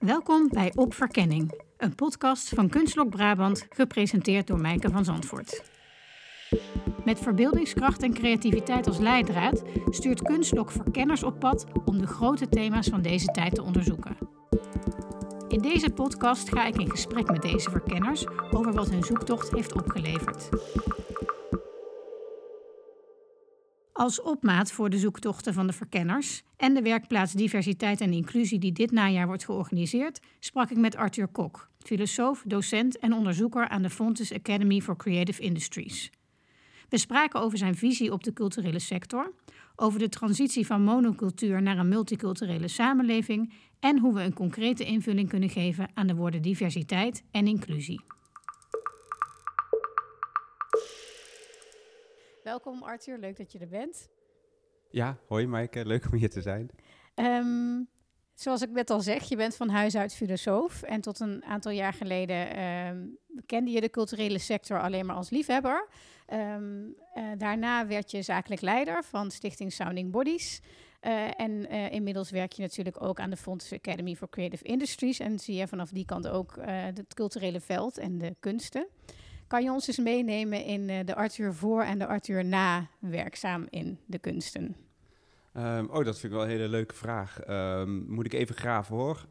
Welkom bij Op Verkenning, een podcast van Kunstlok Brabant, gepresenteerd door Mijke van Zandvoort. Met verbeeldingskracht en creativiteit als leidraad stuurt Kunstlok verkenners op pad om de grote thema's van deze tijd te onderzoeken. In deze podcast ga ik in gesprek met deze verkenners over wat hun zoektocht heeft opgeleverd. Als opmaat voor de zoektochten van de verkenners en de werkplaats Diversiteit en Inclusie die dit najaar wordt georganiseerd, sprak ik met Arthur Kok, filosoof, docent en onderzoeker aan de Fontys Academy for Creative Industries. We spraken over zijn visie op de culturele sector, over de transitie van monocultuur naar een multiculturele samenleving en hoe we een concrete invulling kunnen geven aan de woorden diversiteit en inclusie. Welkom Arthur, leuk dat je er bent. Ja, hoi Maaike, leuk om hier te zijn. Zoals ik net al zeg, je bent van huis uit filosoof en tot een aantal jaar geleden kende je de culturele sector alleen maar als liefhebber. Daarna werd je zakelijk leider van Stichting Sounding Bodies. Inmiddels werk je natuurlijk ook aan de Fontys Academy for Creative Industries en zie je vanaf die kant ook het culturele veld en de kunsten. Kan je ons eens meenemen in de Arthur voor en de Arthur na werkzaam in de kunsten? Dat vind ik wel een hele leuke vraag. Moet ik even graven hoor.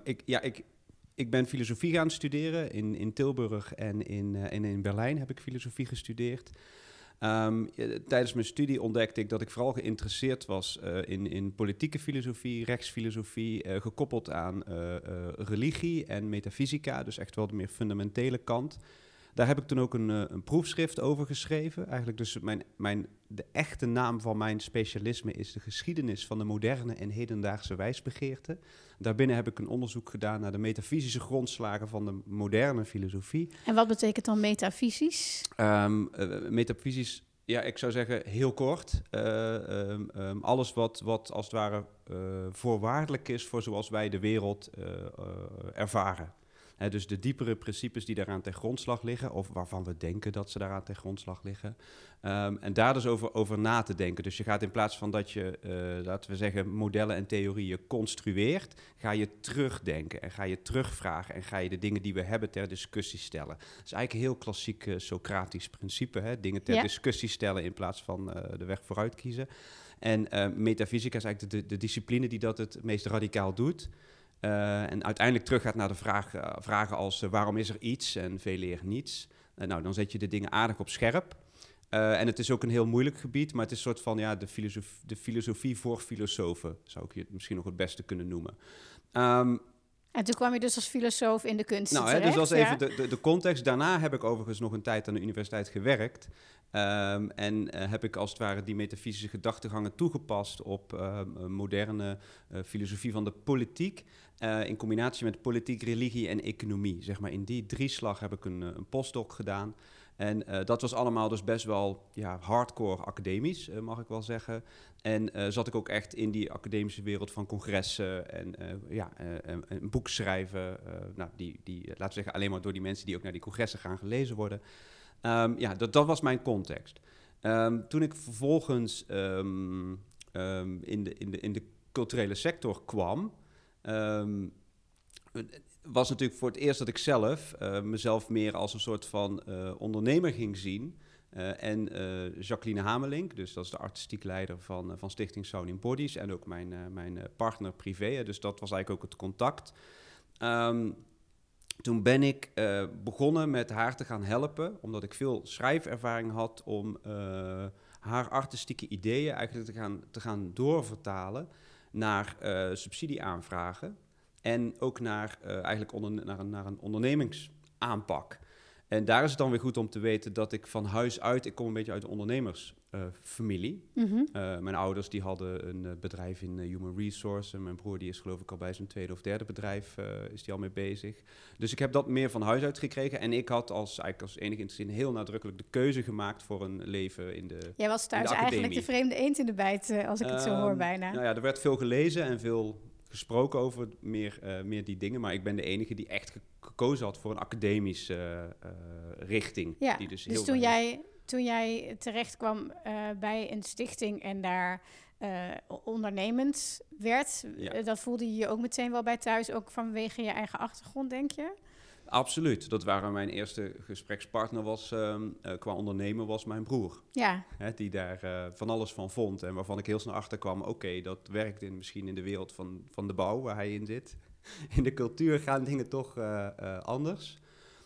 Ik ben filosofie gaan studeren in Tilburg en in Berlijn heb ik filosofie gestudeerd. Tijdens mijn studie ontdekte ik dat ik vooral geïnteresseerd was in politieke filosofie, rechtsfilosofie, gekoppeld aan religie en metafysica, dus echt wel de meer fundamentele kant. Daar heb ik toen ook een proefschrift over geschreven. Eigenlijk dus de echte naam van mijn specialisme is de geschiedenis van de moderne en hedendaagse wijsbegeerte. Daarbinnen heb ik een onderzoek gedaan naar de metafysische grondslagen van de moderne filosofie. En wat betekent dan metafysisch? Metafysisch, ja, ik zou zeggen heel kort. Alles wat als het ware voorwaardelijk is voor zoals wij de wereld ervaren. Dus de diepere principes die daaraan ten grondslag liggen, of waarvan we denken dat ze daaraan ten grondslag liggen. En daar dus over na te denken. Dus je gaat in plaats van dat je, laten we zeggen, modellen en theorieën construeert, ga je terugdenken en ga je terugvragen en ga je de dingen die we hebben ter discussie stellen. Dat is eigenlijk een heel klassiek Socratisch principe, hè? Dingen ter discussie stellen in plaats van de weg vooruit kiezen. En metafysica is eigenlijk de discipline die dat het meest radicaal doet. En uiteindelijk teruggaat naar de vragen als waarom is er iets en veel eer niets. Dan zet je de dingen aardig op scherp. En het is ook een heel moeilijk gebied, maar het is een soort van de filosofie voor filosofen, zou ik je het misschien nog het beste kunnen noemen. En toen kwam je dus als filosoof in de kunsten terecht. Dus dat is even de context. Daarna heb ik overigens nog een tijd aan de universiteit gewerkt. Heb ik als het ware die metafysische gedachtegangen toegepast op moderne filosofie van de politiek. In combinatie met politiek, religie en economie. Zeg maar in die drieslag heb ik een postdoc gedaan. En dat was allemaal dus best wel hardcore academisch, mag ik wel zeggen. En zat ik ook echt in die academische wereld van congressen en een boek schrijven. Die laten we zeggen, alleen maar door die mensen die ook naar die congressen gaan gelezen worden. Dat was mijn context. Toen ik vervolgens in de culturele sector kwam, was natuurlijk voor het eerst dat ik zelf mezelf meer als een soort van ondernemer ging zien. Jacqueline Hamelink, dus dat is de artistiek leider van Stichting Sounding Bodies en ook mijn partner privé. Dus dat was eigenlijk ook het contact. Toen ben ik begonnen met haar te gaan helpen, omdat ik veel schrijfervaring had om haar artistieke ideeën eigenlijk te gaan doorvertalen naar subsidieaanvragen en ook naar een ondernemingsaanpak. En daar is het dan weer goed om te weten dat ik van huis uit, ik kom een beetje uit de ondernemersfamilie. Mijn ouders die hadden een bedrijf in human resource. En mijn broer die is geloof ik al bij zijn tweede of derde bedrijf is die al mee bezig. Dus ik heb dat meer van huis uit gekregen. En ik had als enige in heel nadrukkelijk de keuze gemaakt voor een leven in de Jij was thuis eigenlijk de vreemde eend in de bijt, als ik het zo hoor bijna. Er werd veel gelezen en veel gesproken over meer die dingen. Maar ik ben de enige die echt gekozen had voor een academische richting. Ja, die dus toen jij terecht kwam bij een stichting en daar ondernemend werd. Ja. Dat voelde je je ook meteen wel bij thuis, ook vanwege je eigen achtergrond, denk je? Absoluut. Dat waren mijn eerste gesprekspartner qua ondernemer was mijn broer. Ja. Hè, die daar van alles van vond en waarvan ik heel snel achter kwam. Oké, dat werkt misschien in de wereld van de bouw waar hij in zit. In de cultuur gaan dingen toch anders.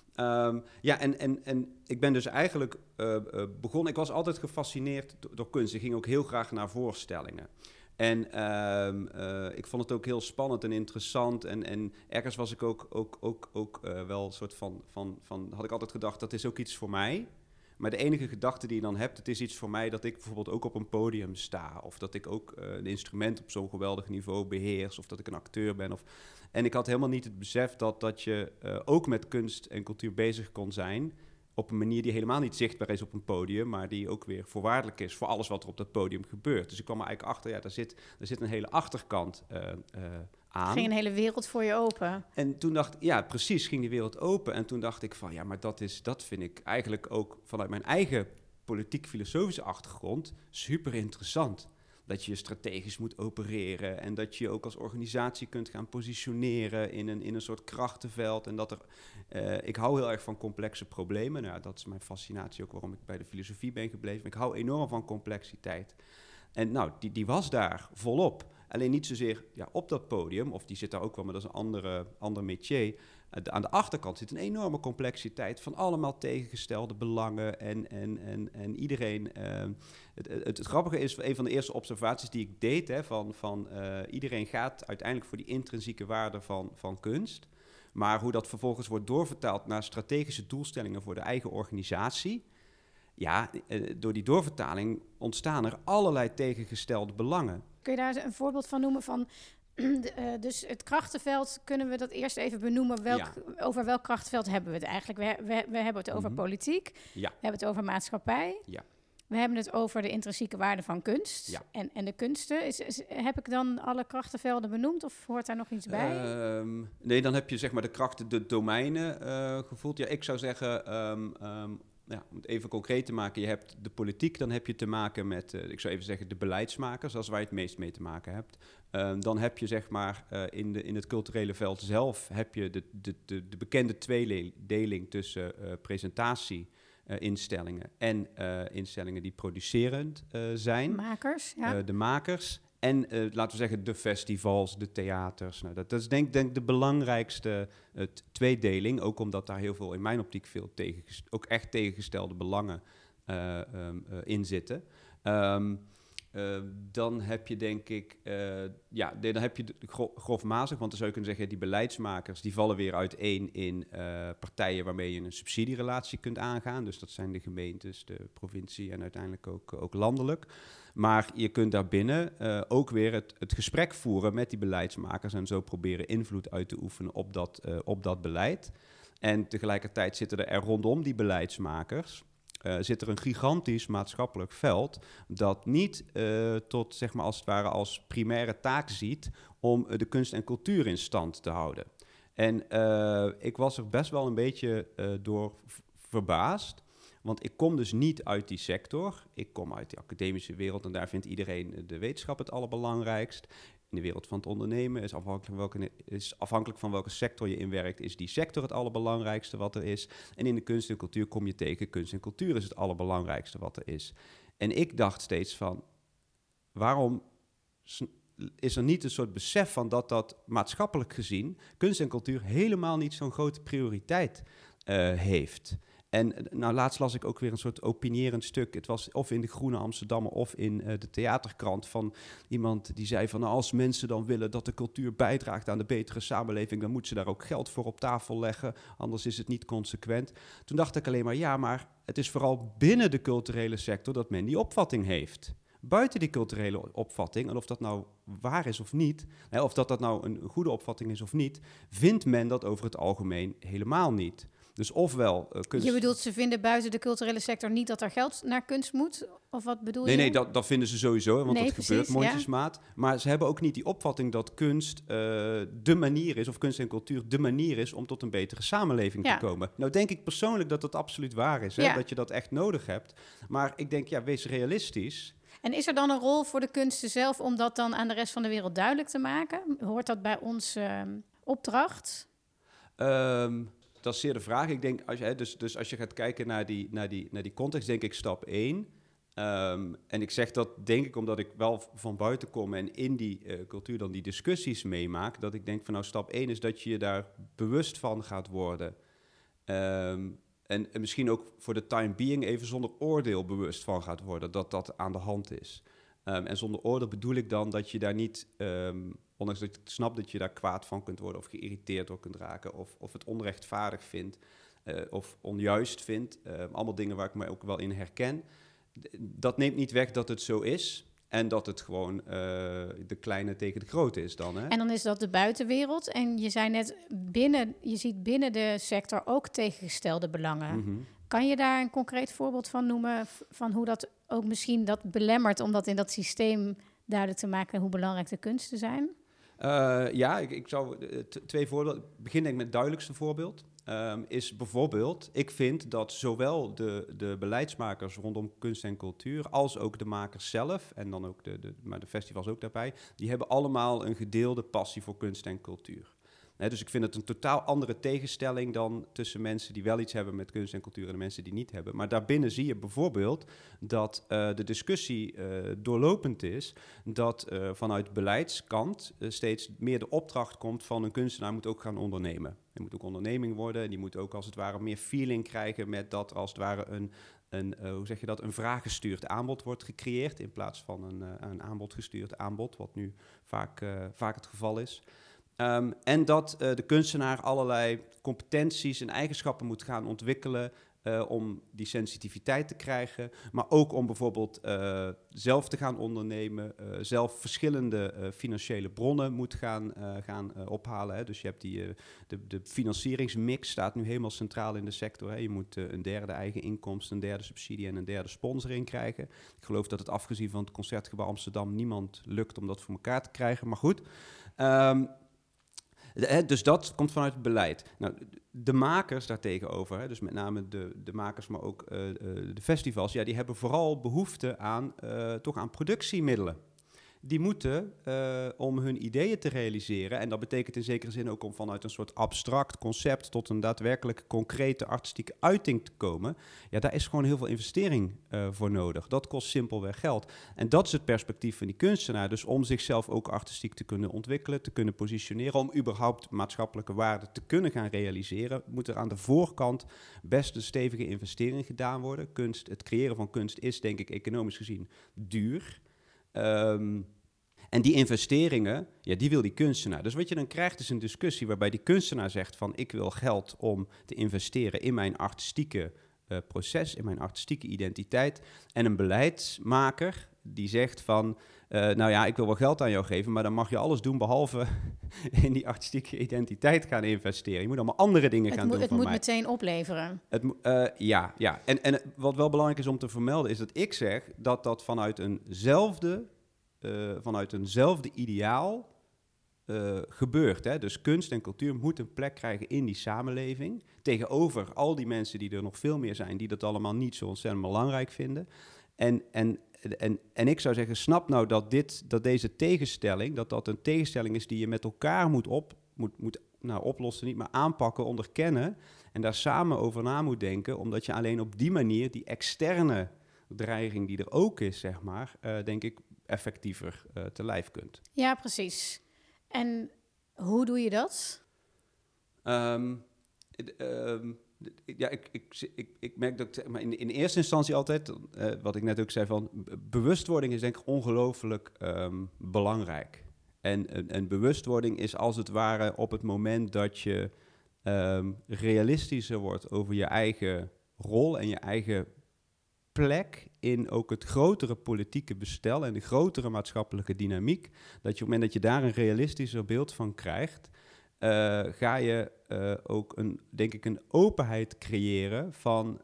En ik ben dus eigenlijk begonnen. Ik was altijd gefascineerd door kunst. Ik ging ook heel graag naar voorstellingen. En ik vond het ook heel spannend en interessant. En ergens was ik ook wel een soort van... Had ik altijd gedacht, dat is ook iets voor mij. Maar de enige gedachte die je dan hebt, het is iets voor mij dat ik bijvoorbeeld ook op een podium sta. Of dat ik ook een instrument op zo'n geweldig niveau beheers. Of dat ik een acteur ben. En ik had helemaal niet het besef dat je ook met kunst en cultuur bezig kon zijn op een manier die helemaal niet zichtbaar is op een podium, maar die ook weer voorwaardelijk is voor alles wat er op dat podium gebeurt. Dus ik kwam er eigenlijk achter, daar zit een hele achterkant aan. Ging een hele wereld voor je open. En toen dacht ik, ja, precies, ging die wereld open. En toen dacht ik van, ja, maar dat vind ik eigenlijk ook vanuit mijn eigen politiek-filosofische achtergrond super interessant. Dat je strategisch moet opereren en dat je ook als organisatie kunt gaan positioneren in een soort krachtenveld. En ik hou heel erg van complexe problemen. Nou, dat is mijn fascinatie ook waarom ik bij de filosofie ben gebleven. Ik hou enorm van complexiteit. En nou, die was daar volop. Alleen niet zozeer op dat podium, of die zit daar ook wel, maar dat is een ander métier. Aan de achterkant zit een enorme complexiteit van allemaal tegengestelde belangen en iedereen... Het grappige is, een van de eerste observaties die ik deed, van iedereen gaat uiteindelijk voor die intrinsieke waarde van kunst. Maar hoe dat vervolgens wordt doorvertaald naar strategische doelstellingen voor de eigen organisatie. Ja, door die doorvertaling ontstaan er allerlei tegengestelde belangen. Kun je daar een voorbeeld van noemen van... dus het krachtenveld, kunnen we dat eerst even benoemen? Over welk krachtenveld hebben we het eigenlijk? We hebben het over politiek. Ja. We hebben het over maatschappij. Ja. We hebben het over de intrinsieke waarde van kunst. Ja. En de kunsten. Heb ik dan alle krachtenvelden benoemd of hoort daar nog iets bij? Nee, dan heb je zeg maar de krachten, de domeinen gevoeld. Ja, ik zou zeggen... om het even concreet te maken, je hebt de politiek, dan heb je te maken met, ik zou even zeggen, de beleidsmakers, dat is waar je het meest mee te maken hebt. Dan heb je zeg maar in het culturele veld zelf, heb je de bekende tweedeling tussen presentatieinstellingen en instellingen die producerend zijn. Makers, ja. De makers. En laten we zeggen de festivals, de theaters. Nou, dat is denk ik de belangrijkste tweedeling. Ook omdat daar heel veel, in mijn optiek, ook echt tegengestelde belangen in zitten. Dan heb je denk ik, dan heb je grofmazig, want dan zou je kunnen zeggen, die beleidsmakers, die vallen weer uiteen in partijen waarmee je een subsidierelatie kunt aangaan. Dus dat zijn de gemeentes, de provincie en uiteindelijk ook landelijk. Maar je kunt daarbinnen ook weer het gesprek voeren met die beleidsmakers en zo proberen invloed uit te oefenen op dat beleid. En tegelijkertijd zitten er rondom die beleidsmakers zit er een gigantisch maatschappelijk veld dat niet tot, zeg maar als het ware, als primaire taak ziet om de kunst en cultuur in stand te houden. En ik was er best wel een beetje door verbaasd. Want ik kom dus niet uit die sector. Ik kom uit de academische wereld en daar vindt iedereen de wetenschap het allerbelangrijkst. In de wereld van het ondernemen is afhankelijk van welke sector je inwerkt, is die sector het allerbelangrijkste wat er is. En in de kunst en cultuur kom je tegen, kunst en cultuur is het allerbelangrijkste wat er is. En ik dacht steeds van, waarom is er niet een soort besef van dat maatschappelijk gezien kunst en cultuur helemaal niet zo'n grote prioriteit heeft? En nou, laatst las ik ook weer een soort opinierend stuk. Het was of in de Groene Amsterdammer of in de Theaterkrant van iemand die zei van, nou, als mensen dan willen dat de cultuur bijdraagt aan de betere samenleving, dan moeten ze daar ook geld voor op tafel leggen, anders is het niet consequent. Toen dacht ik alleen maar, ja, maar het is vooral binnen de culturele sector dat men die opvatting heeft. Buiten die culturele opvatting, en of dat nou waar is of niet, of dat nou een goede opvatting is of niet, vindt men dat over het algemeen helemaal niet. Dus ofwel kunst... Je bedoelt, ze vinden buiten de culturele sector niet dat er geld naar kunst moet? Of wat bedoel je? Nee, dat vinden ze sowieso, want dat gebeurt mondjesmaat. Ja. Maar ze hebben ook niet die opvatting dat kunst de manier is, of kunst en cultuur de manier is om tot een betere samenleving te komen. Nou denk ik persoonlijk dat dat absoluut waar is, hè? Dat je dat echt nodig hebt. Maar ik denk, wees realistisch. En is er dan een rol voor de kunsten zelf om dat dan aan de rest van de wereld duidelijk te maken? Hoort dat bij ons opdracht? Dat is zeer de vraag. Ik denk, dus als je gaat kijken naar die context, denk ik stap 1. En ik zeg dat, denk ik, omdat ik wel van buiten kom en in die cultuur dan die discussies meemaak, dat ik denk van stap 1 is dat je je daar bewust van gaat worden. En misschien ook voor de time being even zonder oordeel bewust van gaat worden dat dat aan de hand is. En zonder oordeel bedoel ik dan dat je daar niet, ondanks dat ik snap dat je daar kwaad van kunt worden of geïrriteerd door kunt raken of het onrechtvaardig vindt of onjuist vindt. Allemaal dingen waar ik me ook wel in herken. Dat neemt niet weg dat het zo is. En dat het gewoon de kleine tegen de grote is dan. Hè? En dan is dat de buitenwereld. En je zei net, je ziet binnen de sector ook tegengestelde belangen. Mm-hmm. Kan je daar een concreet voorbeeld van noemen van hoe dat ook misschien dat belemmert om dat in dat systeem duidelijk te maken hoe belangrijk de kunsten zijn? Ik zou 2 voorbeelden. Ik begin denk ik met het duidelijkste voorbeeld. Is bijvoorbeeld, ik vind dat zowel de beleidsmakers rondom kunst en cultuur als ook de makers zelf, en dan ook maar de festivals ook daarbij, die hebben allemaal een gedeelde passie voor kunst en cultuur. Dus ik vind het een totaal andere tegenstelling dan tussen mensen die wel iets hebben met kunst en cultuur en de mensen die niet hebben. Maar daarbinnen zie je bijvoorbeeld dat de discussie doorlopend is, dat vanuit beleidskant steeds meer de opdracht komt van een kunstenaar moet ook gaan ondernemen. Er moet ook onderneming worden en die moet ook als het ware meer feeling krijgen met dat als het ware een vraaggestuurd aanbod wordt gecreëerd in plaats van een aanbodgestuurd aanbod, wat nu vaak het geval is. En dat de kunstenaar allerlei competenties en eigenschappen moet gaan ontwikkelen om die sensitiviteit te krijgen, maar ook om bijvoorbeeld zelf te gaan ondernemen, zelf verschillende financiële bronnen moet gaan ophalen. Hè. Dus je hebt de financieringsmix staat nu helemaal centraal in de sector. Hè. Je moet een derde eigen inkomsten, een derde subsidie en een derde sponsoring krijgen. Ik geloof dat het afgezien van het Concertgebouw Amsterdam niemand lukt om dat voor elkaar te krijgen, maar goed. Dus dat komt vanuit het beleid. Nou, de makers daartegenover, dus met name de makers, maar ook de festivals, die hebben vooral behoefte aan productiemiddelen. Die moeten, om hun ideeën te realiseren, en dat betekent in zekere zin ook om vanuit een soort abstract concept tot een daadwerkelijk concrete artistieke uiting te komen, daar is gewoon heel veel investering voor nodig. Dat kost simpelweg geld. En dat is het perspectief van die kunstenaar, dus om zichzelf ook artistiek te kunnen ontwikkelen, te kunnen positioneren, om überhaupt maatschappelijke waarden te kunnen gaan realiseren, moet er aan de voorkant best een stevige investering gedaan worden. Het creëren van kunst is, denk ik, economisch gezien duur. En die investeringen, die wil die kunstenaar. Dus wat je dan krijgt is een discussie waarbij die kunstenaar zegt van ik wil geld om te investeren in mijn artistieke proces, in mijn artistieke identiteit. En een beleidsmaker die zegt van ik wil wel geld aan jou geven, maar dan mag je alles doen behalve in die artistieke identiteit gaan investeren. Je moet allemaal andere dingen gaan doen Het van moet mij. meteen opleveren. En wat wel belangrijk is om te vermelden is dat ik zeg dat vanuit eenzelfde ideaal gebeurt. Hè? Dus kunst en cultuur moet een plek krijgen in die samenleving. Tegenover al die mensen die er nog veel meer zijn, die dat allemaal niet zo ontzettend belangrijk vinden. En ik zou zeggen, snap nou dat deze tegenstelling, dat een tegenstelling is die je met elkaar moet oplossen, niet maar aanpakken, onderkennen en daar samen over na moet denken, omdat je alleen op die manier die externe dreiging die er ook is, zeg maar, denk ik, effectiever te lijf kunt. Ja, precies. En hoe doe je dat? Ik merk dat maar in eerste instantie altijd, wat ik net ook zei, van bewustwording is denk ik ongelooflijk belangrijk. En bewustwording is als het ware op het moment dat je realistischer wordt over je eigen rol en je eigen plek in ook het grotere politieke bestel en de grotere maatschappelijke dynamiek, dat je op het moment dat je daar een realistischer beeld van krijgt, ga je ook een openheid creëren van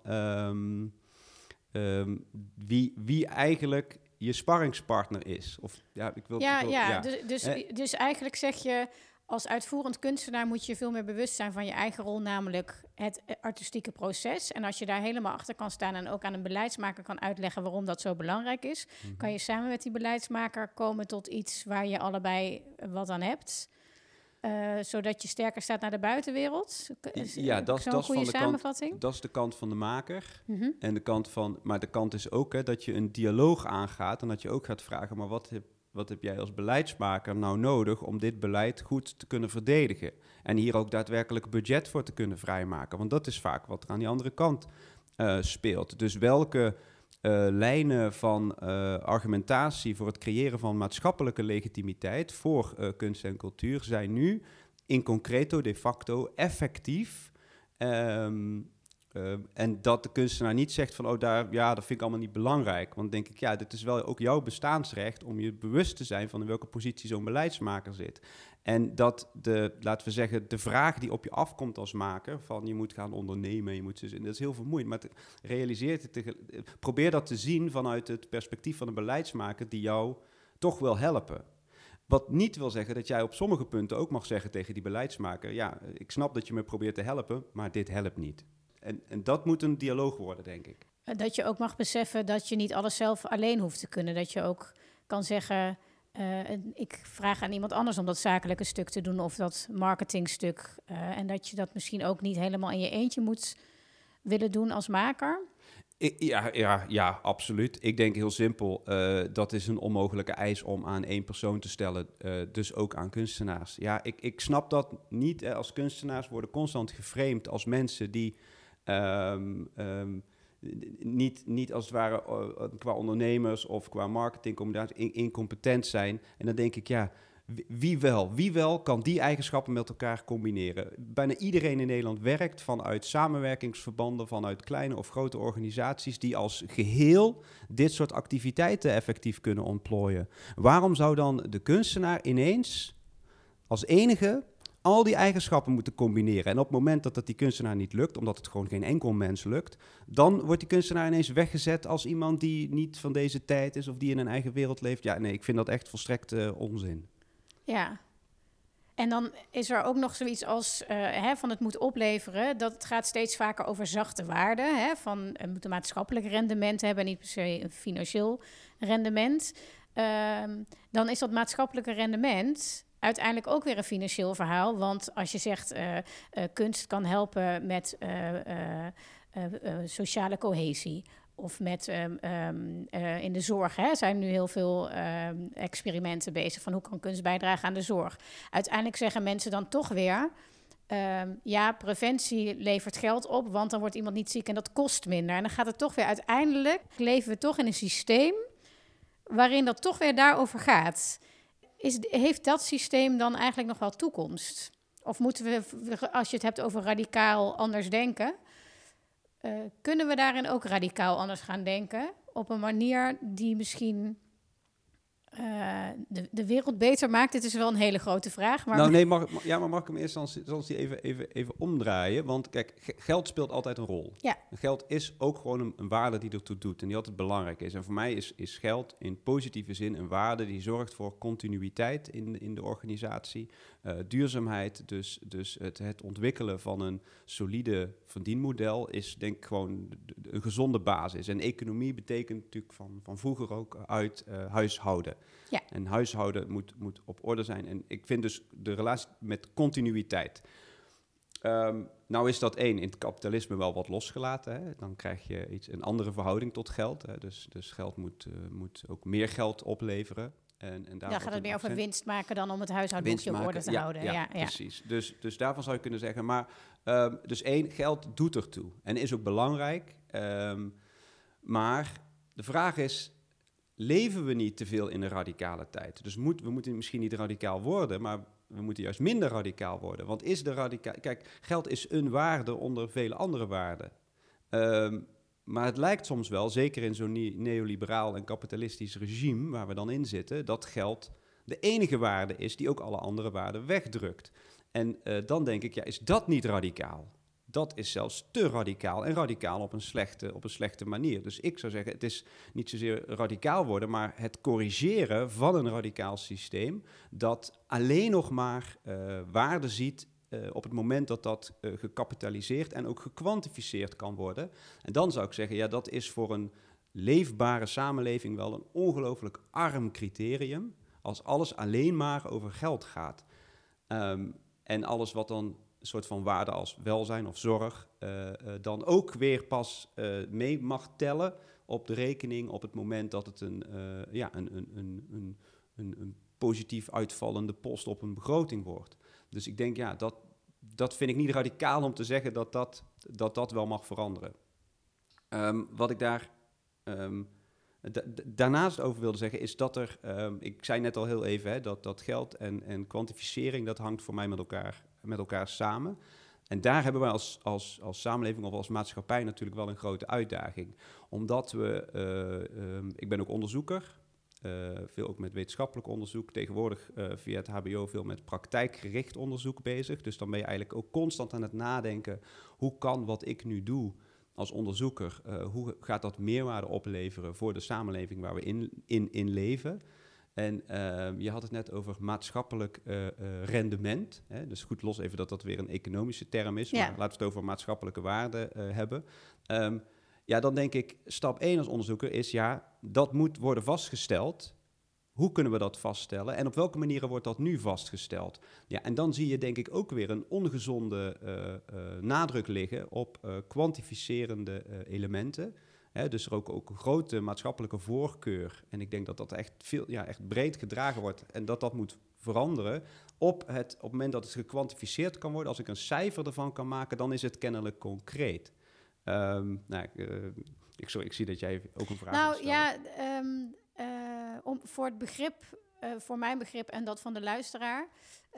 wie eigenlijk je sparringspartner is. Dus eigenlijk zeg je, als uitvoerend kunstenaar moet je veel meer bewust zijn van je eigen rol, namelijk het artistieke proces. En als je daar helemaal achter kan staan en ook aan een beleidsmaker kan uitleggen waarom dat zo belangrijk is, kan je samen met die beleidsmaker komen tot iets waar je allebei wat aan hebt. Zodat je sterker staat naar de buitenwereld. Ja, dat is zo'n goede samenvatting. Dat is de kant van de maker. En de kant is ook dat je een dialoog aangaat en dat je ook gaat vragen, maar wat heb jij als beleidsmaker nou nodig om dit beleid goed te kunnen verdedigen? En hier ook daadwerkelijk budget voor te kunnen vrijmaken. Want dat is vaak wat er aan die andere kant speelt. Dus welke lijnen van argumentatie voor het creëren van maatschappelijke legitimiteit voor kunst en cultuur zijn nu in concreto de facto effectief. En dat de kunstenaar niet zegt van, dat vind ik allemaal niet belangrijk. Want dan denk ik, dit is wel ook jouw bestaansrecht om je bewust te zijn van in welke positie zo'n beleidsmaker zit. En dat laten we zeggen, de vraag die op je afkomt als maker, van je moet gaan ondernemen, dat is heel vermoeiend. Maar probeer dat te zien vanuit het perspectief van een beleidsmaker die jou toch wil helpen. Wat niet wil zeggen dat jij op sommige punten ook mag zeggen tegen die beleidsmaker, ik snap dat je me probeert te helpen, maar dit helpt niet. En dat moet een dialoog worden, denk ik. Dat je ook mag beseffen dat je niet alles zelf alleen hoeft te kunnen. Dat je ook kan zeggen, ik vraag aan iemand anders om dat zakelijke stuk te doen of dat marketingstuk. En dat je dat misschien ook niet helemaal in je eentje moet willen doen als maker. Ja, absoluut. Ik denk heel simpel, dat is een onmogelijke eis om aan één persoon te stellen, dus ook aan kunstenaars. Ja, ik snap dat niet. Als kunstenaars worden constant geframed als mensen die niet als het ware qua ondernemers of qua marketingcommunicatie incompetent zijn. En dan denk ik, wie wel kan die eigenschappen met elkaar combineren? Bijna iedereen in Nederland werkt vanuit samenwerkingsverbanden, vanuit kleine of grote organisaties die als geheel dit soort activiteiten effectief kunnen ontplooien. Waarom zou dan de kunstenaar ineens als enige al die eigenschappen moeten combineren? En op het moment dat die kunstenaar niet lukt, omdat het gewoon geen enkel mens lukt, dan wordt die kunstenaar ineens weggezet als iemand die niet van deze tijd is of die in een eigen wereld leeft. Ja, nee, ik vind dat echt volstrekt onzin. Ja, en dan is er ook nog zoiets als van het moet opleveren. Dat het gaat steeds vaker over zachte waarden. Van het moet een maatschappelijk rendement hebben, niet per se een financieel rendement. Dan is dat maatschappelijke rendement uiteindelijk ook weer een financieel verhaal. Want als je zegt kunst kan helpen met sociale cohesie. Of met in de zorg zijn nu heel veel experimenten bezig van hoe kan kunst bijdragen aan de zorg. Uiteindelijk zeggen mensen dan toch weer, preventie levert geld op, want dan wordt iemand niet ziek en dat kost minder. En dan gaat het toch weer uiteindelijk, leven we toch in een systeem waarin dat toch weer daarover gaat. Heeft dat systeem dan eigenlijk nog wel toekomst? Of moeten we, als je het hebt over radicaal anders denken, kunnen we daarin ook radicaal anders gaan denken? Op een manier die misschien de wereld beter maakt? Dit is wel een hele grote vraag. Maar mag ik hem eerst even omdraaien? Want kijk, geld speelt altijd een rol. Ja. Geld is ook gewoon een waarde die ertoe doet en die altijd belangrijk is. En voor mij is geld in positieve zin een waarde die zorgt voor continuïteit in de organisatie. Duurzaamheid, dus het ontwikkelen van een solide verdienmodel is denk ik gewoon een gezonde basis. En economie betekent natuurlijk van vroeger ook uit huishouden. Ja. En huishouden moet op orde zijn. En ik vind dus de relatie met continuïteit. Nou is dat in het kapitalisme wel wat losgelaten. Hè? Dan krijg je een andere verhouding tot geld. Hè? Dus geld moet ook meer geld opleveren. En daar gaat het meer over winst maken dan om het huishoudboekje op orde te houden. Ja, precies. Dus daarvan zou je kunnen zeggen. Maar dus geld doet ertoe en is ook belangrijk. Maar de vraag is, leven we niet te veel in een radicale tijd? Dus we moeten misschien niet radicaal worden, maar we moeten juist minder radicaal worden. Want kijk, geld is een waarde onder vele andere waarden. Maar het lijkt soms wel, zeker in zo'n neoliberaal en kapitalistisch regime waar we dan in zitten, dat geld de enige waarde is die ook alle andere waarden wegdrukt. En dan denk ik, is dat niet radicaal? dat is zelfs te radicaal. En radicaal op een slechte manier. Dus ik zou zeggen, het is niet zozeer radicaal worden, maar het corrigeren van een radicaal systeem dat alleen nog maar waarde ziet op het moment dat dat gecapitaliseerd en ook gekwantificeerd kan worden. En dan zou ik zeggen, ja, dat is voor een leefbare samenleving wel een ongelooflijk arm criterium, als alles alleen maar over geld gaat. En alles wat dan een soort van waarde als welzijn of zorg dan ook weer pas mee mag tellen op de rekening op het moment dat het een positief uitvallende post op een begroting wordt. Dus ik denk, ja, dat vind ik niet radicaal om te zeggen dat wel mag veranderen. Wat ik daar daarnaast over wilde zeggen is dat er, ik zei net al heel even, dat geld en kwantificering, dat hangt voor mij met elkaar samen. En daar hebben wij als samenleving of als maatschappij natuurlijk wel een grote uitdaging. Omdat ik ben ook onderzoeker, veel ook met wetenschappelijk onderzoek. Tegenwoordig via het HBO veel met praktijkgericht onderzoek bezig. Dus dan ben je eigenlijk ook constant aan het nadenken, hoe kan wat ik nu doe als onderzoeker, hoe gaat dat meerwaarde opleveren voor de samenleving waar we in leven? En je had het net over maatschappelijk rendement. Hè? Dus goed, los even dat weer een economische term is, maar laten we het over maatschappelijke waarde hebben. Dan denk ik, stap 1 als onderzoeker is, dat moet worden vastgesteld. Hoe kunnen we dat vaststellen en op welke manieren wordt dat nu vastgesteld? Ja, en dan zie je denk ik ook weer een ongezonde nadruk liggen op kwantificerende elementen. Dus er ook een grote maatschappelijke voorkeur. En ik denk dat dat echt breed gedragen wordt en dat moet veranderen. Op het moment dat het gekwantificeerd kan worden, als ik een cijfer ervan kan maken, dan is het kennelijk concreet. Ik zie dat jij ook een vraag wilt stellen. Voor het begrip, voor mijn begrip en dat van de luisteraar,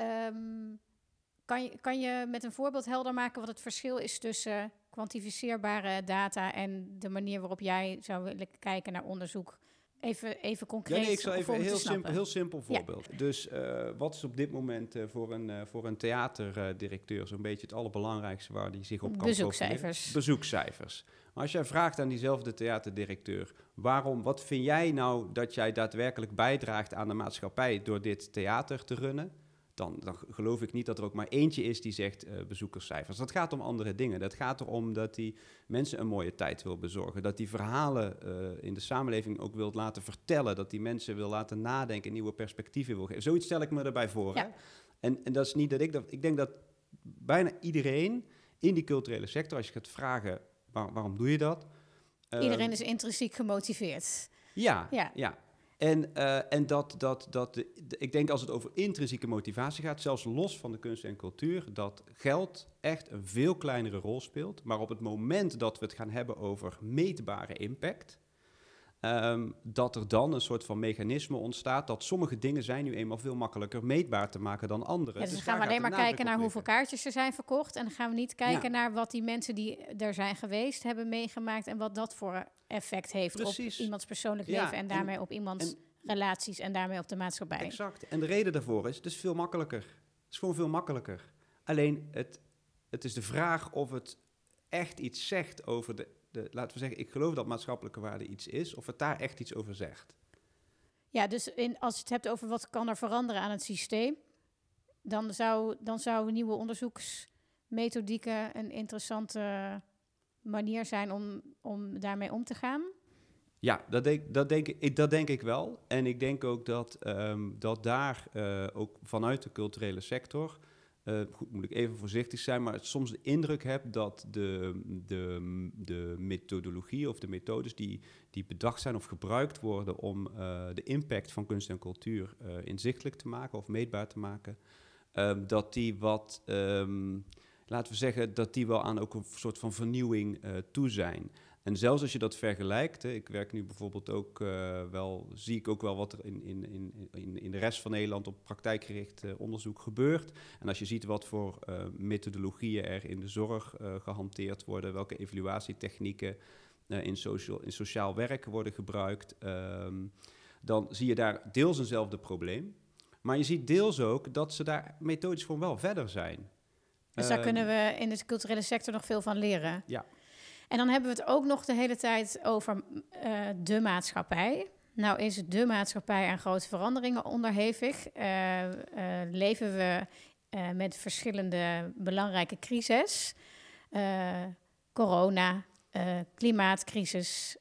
kan je met een voorbeeld helder maken wat het verschil is tussen kwantificeerbare data en de manier waarop jij zou willen kijken naar onderzoek? Even concreet. Ik zal even een heel simpel voorbeeld. Ja. Dus wat is op dit moment voor een theaterdirecteur zo'n beetje het allerbelangrijkste waar die zich op kan profileren? Bezoekcijfers. Maar als jij vraagt aan diezelfde theaterdirecteur, wat vind jij nou dat jij daadwerkelijk bijdraagt aan de maatschappij door dit theater te runnen? Dan geloof ik niet dat er ook maar eentje is die zegt bezoekerscijfers. Dat gaat om andere dingen. Dat gaat erom dat die mensen een mooie tijd wil bezorgen. Dat die verhalen in de samenleving ook wil laten vertellen. Dat die mensen wil laten nadenken, nieuwe perspectieven wil geven. Zoiets stel ik me erbij voor. Ja. Hè? En dat is niet dat ik denk dat bijna iedereen in die culturele sector, als je gaat vragen, waarom doe je dat? Iedereen is intrinsiek gemotiveerd. Ja. En ik denk als het over intrinsieke motivatie gaat, zelfs los van de kunst en cultuur, dat geld echt een veel kleinere rol speelt. Maar op het moment dat we het gaan hebben over meetbare impact, dat er dan een soort van mechanisme ontstaat dat sommige dingen zijn nu eenmaal veel makkelijker meetbaar te maken dan andere. Ja, dus gaan we alleen maar kijken naar hoeveel kaartjes er zijn verkocht en dan gaan we niet kijken naar wat die mensen die er zijn geweest hebben meegemaakt en wat dat voor effect heeft op iemands persoonlijk leven en daarmee op iemands relaties en daarmee op de maatschappij. Exact. En de reden daarvoor is, het is veel makkelijker. Het is gewoon veel makkelijker. Alleen, het is de vraag of het echt iets zegt over laten we zeggen, ik geloof dat maatschappelijke waarde iets is, of het daar echt iets over zegt. Ja, dus als je het hebt over wat kan er veranderen aan het systeem, dan zou nieuwe onderzoeksmethodieken een interessante manier zijn om daarmee om te gaan. Ja, dat denk ik wel. En ik denk ook dat daar ook vanuit de culturele sector, goed, moet ik even voorzichtig zijn, maar soms de indruk heb dat de methodologie of de methodes die bedacht zijn of gebruikt worden om de impact van kunst en cultuur inzichtelijk te maken of meetbaar te maken, dat die laten we zeggen, dat die wel aan ook een soort van vernieuwing toe zijn. En zelfs als je dat vergelijkt, ik werk nu bijvoorbeeld ook zie ik ook wel wat er in de rest van Nederland op praktijkgericht onderzoek gebeurt. En als je ziet wat voor methodologieën er in de zorg gehanteerd worden, welke evaluatietechnieken in sociaal werk worden gebruikt, dan zie je daar deels eenzelfde probleem. Maar je ziet deels ook dat ze daar methodisch gewoon wel verder zijn. Dus daar kunnen we in de culturele sector nog veel van leren. Ja. En dan hebben we het ook nog de hele tijd over de maatschappij. Nou is de maatschappij aan grote veranderingen onderhevig. Leven we met verschillende belangrijke crises. Corona, klimaatcrisis,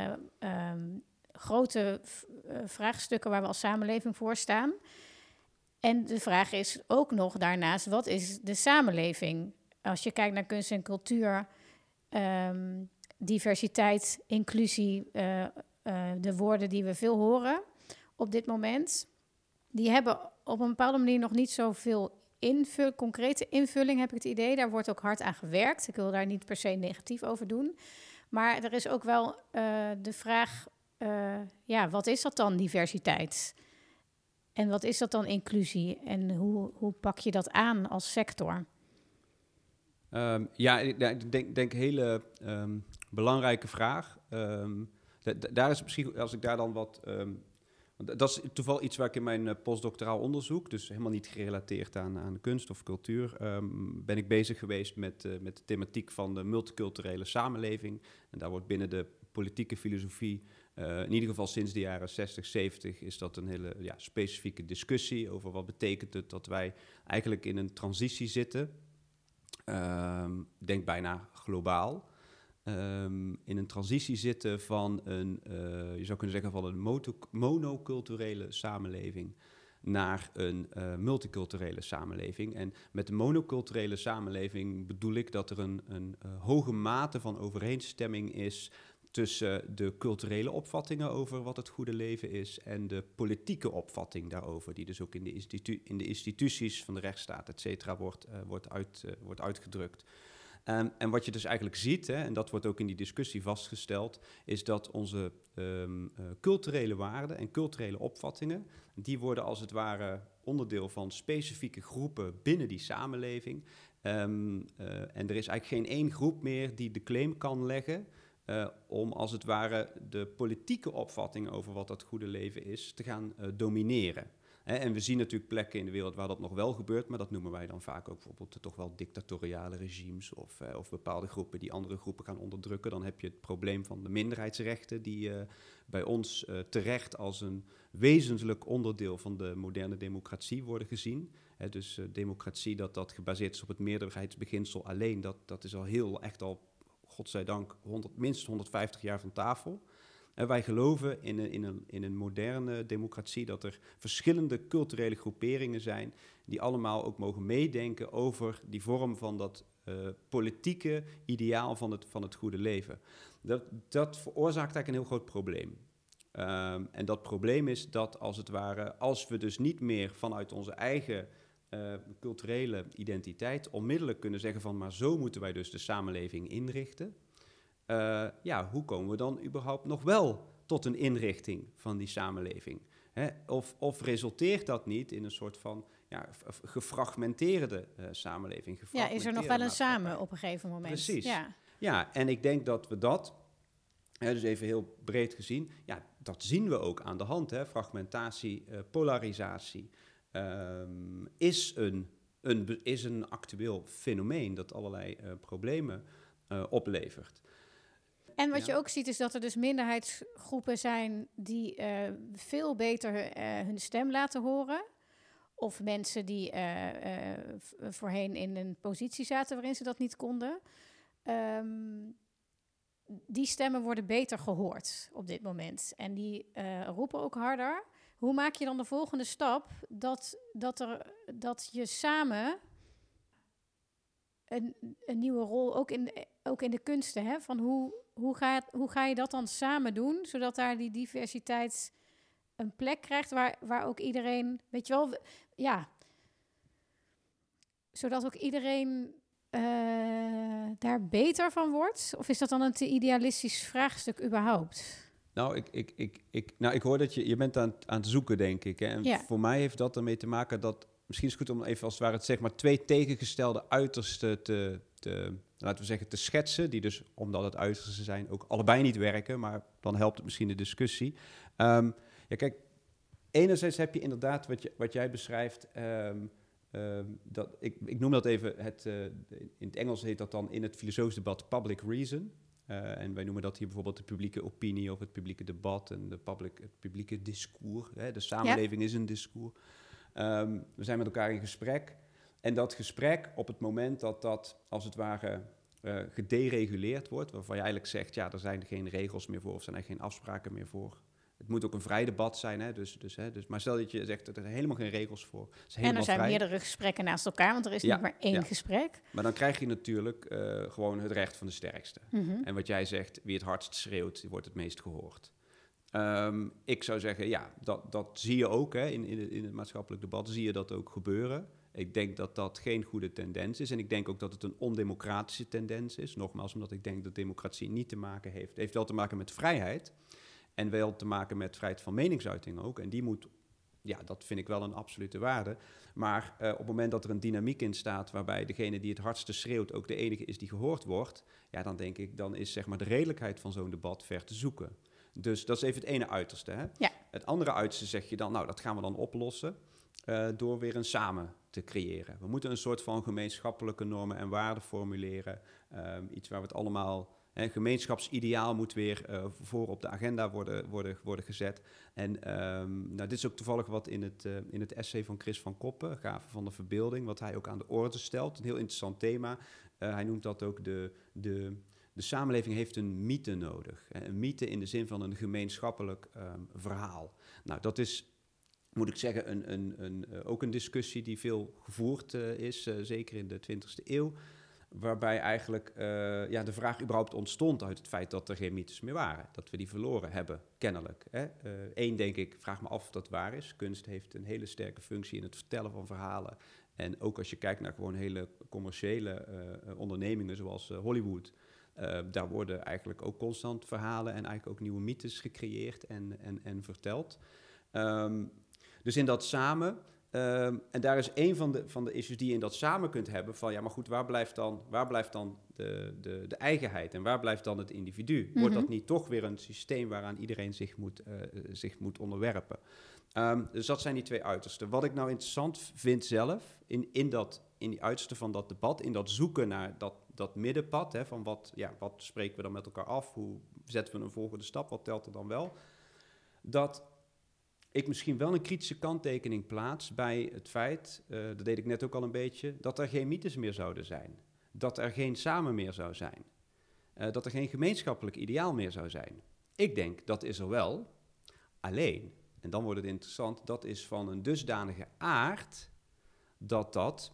grote vraagstukken waar we als samenleving voor staan. En de vraag is ook nog daarnaast, wat is de samenleving? Als je kijkt naar kunst en cultuur, diversiteit, inclusie, de woorden die we veel horen op dit moment, die hebben op een bepaalde manier nog niet zoveel concrete invulling, heb ik het idee. Daar wordt ook hard aan gewerkt. Ik wil daar niet per se negatief over doen. Maar er is ook wel de vraag, wat is dat dan, diversiteit? En wat is dat dan, inclusie? En hoe pak je dat aan als sector? Ik denk hele belangrijke vraag. Daar is misschien, als ik daar dan wat... dat is toevallig iets waar ik in mijn postdoctoraal onderzoek, dus helemaal niet gerelateerd aan kunst of cultuur, ben ik bezig geweest met de thematiek van de multiculturele samenleving. En daar wordt binnen de politieke filosofie, in ieder geval sinds de jaren 60, 70, is dat een hele specifieke discussie over wat betekent het dat wij eigenlijk in een transitie zitten. Denk bijna globaal. In een transitie zitten van je zou kunnen zeggen van een monoculturele samenleving naar een multiculturele samenleving. En met de monoculturele samenleving bedoel ik dat er een hoge mate van overeenstemming is tussen de culturele opvattingen over wat het goede leven is en de politieke opvatting daarover, die dus ook in de instituties van de rechtsstaat, et cetera, wordt uitgedrukt. En wat je dus eigenlijk ziet, en dat wordt ook in die discussie vastgesteld, is dat onze culturele waarden en culturele opvattingen, die worden als het ware onderdeel van specifieke groepen binnen die samenleving. En er is eigenlijk geen één groep meer die de claim kan leggen om als het ware de politieke opvattingen over wat dat goede leven is te gaan domineren. En we zien natuurlijk plekken in de wereld waar dat nog wel gebeurt, maar dat noemen wij dan vaak ook bijvoorbeeld toch wel dictatoriale regimes of bepaalde groepen die andere groepen gaan onderdrukken. Dan heb je het probleem van de minderheidsrechten die bij ons terecht als een wezenlijk onderdeel van de moderne democratie worden gezien. Dus democratie dat gebaseerd is op het meerderheidsbeginsel alleen, dat is al echt al, godzijdank, minstens 150 jaar van tafel. En wij geloven in een moderne democratie dat er verschillende culturele groeperingen zijn die allemaal ook mogen meedenken over die vorm van dat politieke ideaal van het goede leven. Dat veroorzaakt eigenlijk een heel groot probleem. En dat probleem is dat als het ware, als we dus niet meer vanuit onze eigen culturele identiteit onmiddellijk kunnen zeggen van maar zo moeten wij dus de samenleving inrichten. Hoe komen we dan überhaupt nog wel tot een inrichting van die samenleving? Of resulteert dat niet in een soort van gefragmenteerde samenleving? Is er nog wel een samen op een gegeven moment? Precies. Ja, en ik denk dat we dat, dus even heel breed gezien, dat zien we ook aan de hand. Fragmentatie, polarisatie is een actueel fenomeen dat allerlei problemen oplevert. En wat je ook ziet is dat er dus minderheidsgroepen zijn die veel beter hun stem laten horen. Of mensen die voorheen in een positie zaten waarin ze dat niet konden. Die stemmen worden beter gehoord op dit moment. En die roepen ook harder. Hoe maak je dan de volgende stap dat je samen een nieuwe rol, ook in de kunsten, van hoe ga je dat dan samen doen, zodat daar die diversiteit een plek krijgt waar ook iedereen, weet je wel, zodat ook iedereen daar beter van wordt? Of is dat dan een te idealistisch vraagstuk überhaupt? Nou, ik hoor dat je bent aan het zoeken, denk ik. Hè? En voor mij heeft dat ermee te maken dat, misschien is het goed om even als het ware zeg maar twee tegengestelde uitersten laten we zeggen, te schetsen, die dus, omdat het uitersten zijn, ook allebei niet werken, maar dan helpt het misschien de discussie. Kijk, enerzijds heb je inderdaad wat jij beschrijft, Ik noem dat even, in het Engels heet dat dan in het filosofisch debat public reason. En wij noemen dat hier bijvoorbeeld de publieke opinie of het publieke debat en het publieke discours. Hè? De samenleving is een discours. We zijn met elkaar in gesprek. En dat gesprek, op het moment dat als het ware gedereguleerd wordt, waarvan je eigenlijk zegt, ja, er zijn geen regels meer voor of zijn er geen afspraken meer voor. Het moet ook een vrij debat zijn, hè? Maar stel dat je zegt, er zijn helemaal geen regels voor. En er zijn meerdere gesprekken naast elkaar, want er is niet maar één gesprek. Maar dan krijg je natuurlijk gewoon het recht van de sterkste. Mm-hmm. En wat jij zegt, wie het hardst schreeuwt, die wordt het meest gehoord. Ik zou zeggen, ja, dat zie je ook, hè? In het maatschappelijk debat zie je dat ook gebeuren. Ik denk dat dat geen goede tendens is. En ik denk ook dat het een ondemocratische tendens is. Nogmaals, omdat ik denk dat democratie niet te maken heeft wel te maken met vrijheid. En wel te maken met vrijheid van meningsuiting ook. En die moet, ja, dat vind ik wel een absolute waarde. Maar op het moment dat er een dynamiek in staat waarbij degene die het hardste schreeuwt ook de enige is die gehoord wordt, ja, dan denk ik, dan is zeg maar de redelijkheid van zo'n debat ver te zoeken. Dus dat is even het ene uiterste. Hè? Ja. Het andere uiterste zeg je dan, nou, dat gaan we dan oplossen door weer een samen te creëren. We moeten een soort van gemeenschappelijke normen en waarden formuleren. Iets waar we het allemaal... Een gemeenschapsideaal moet weer voor op de agenda worden gezet. En dit is ook toevallig wat in het essay van Chris van Koppen, Gaven van de Verbeelding, wat hij ook aan de orde stelt. Een heel interessant thema. Hij noemt dat ook de samenleving heeft een mythe nodig. Een mythe in de zin van een gemeenschappelijk verhaal. Nou, dat is, moet ik zeggen, ook een discussie die veel gevoerd is, zeker in de 20e eeuw. Waarbij eigenlijk de vraag überhaupt ontstond uit het feit dat er geen mythes meer waren. Dat we die verloren hebben, kennelijk. Eén, denk ik, vraag me af of dat waar is. Kunst heeft een hele sterke functie in het vertellen van verhalen. En ook als je kijkt naar gewoon hele commerciële ondernemingen zoals Hollywood. Daar worden eigenlijk ook constant verhalen en eigenlijk ook nieuwe mythes gecreëerd en verteld. Dus in dat samen... en daar is een van de issues die je in dat samen kunt hebben van, ja, maar goed, waar blijft dan de eigenheid en waar blijft dan het individu? Wordt dat niet toch weer een systeem waaraan iedereen zich moet onderwerpen? Dus dat zijn die twee uitersten. Wat ik nou interessant vind zelf, in die uiterste van dat debat, in dat zoeken naar dat middenpad, hè, van wat spreken we dan met elkaar af? Hoe zetten we een volgende stap? Wat telt er dan wel? Dat ik misschien wel een kritische kanttekening plaats bij het feit, dat deed ik net ook al een beetje, dat er geen mythes meer zouden zijn. Dat er geen samen meer zou zijn. Dat er geen gemeenschappelijk ideaal meer zou zijn. Ik denk, dat is er wel. Alleen, en dan wordt het interessant, dat is van een dusdanige aard dat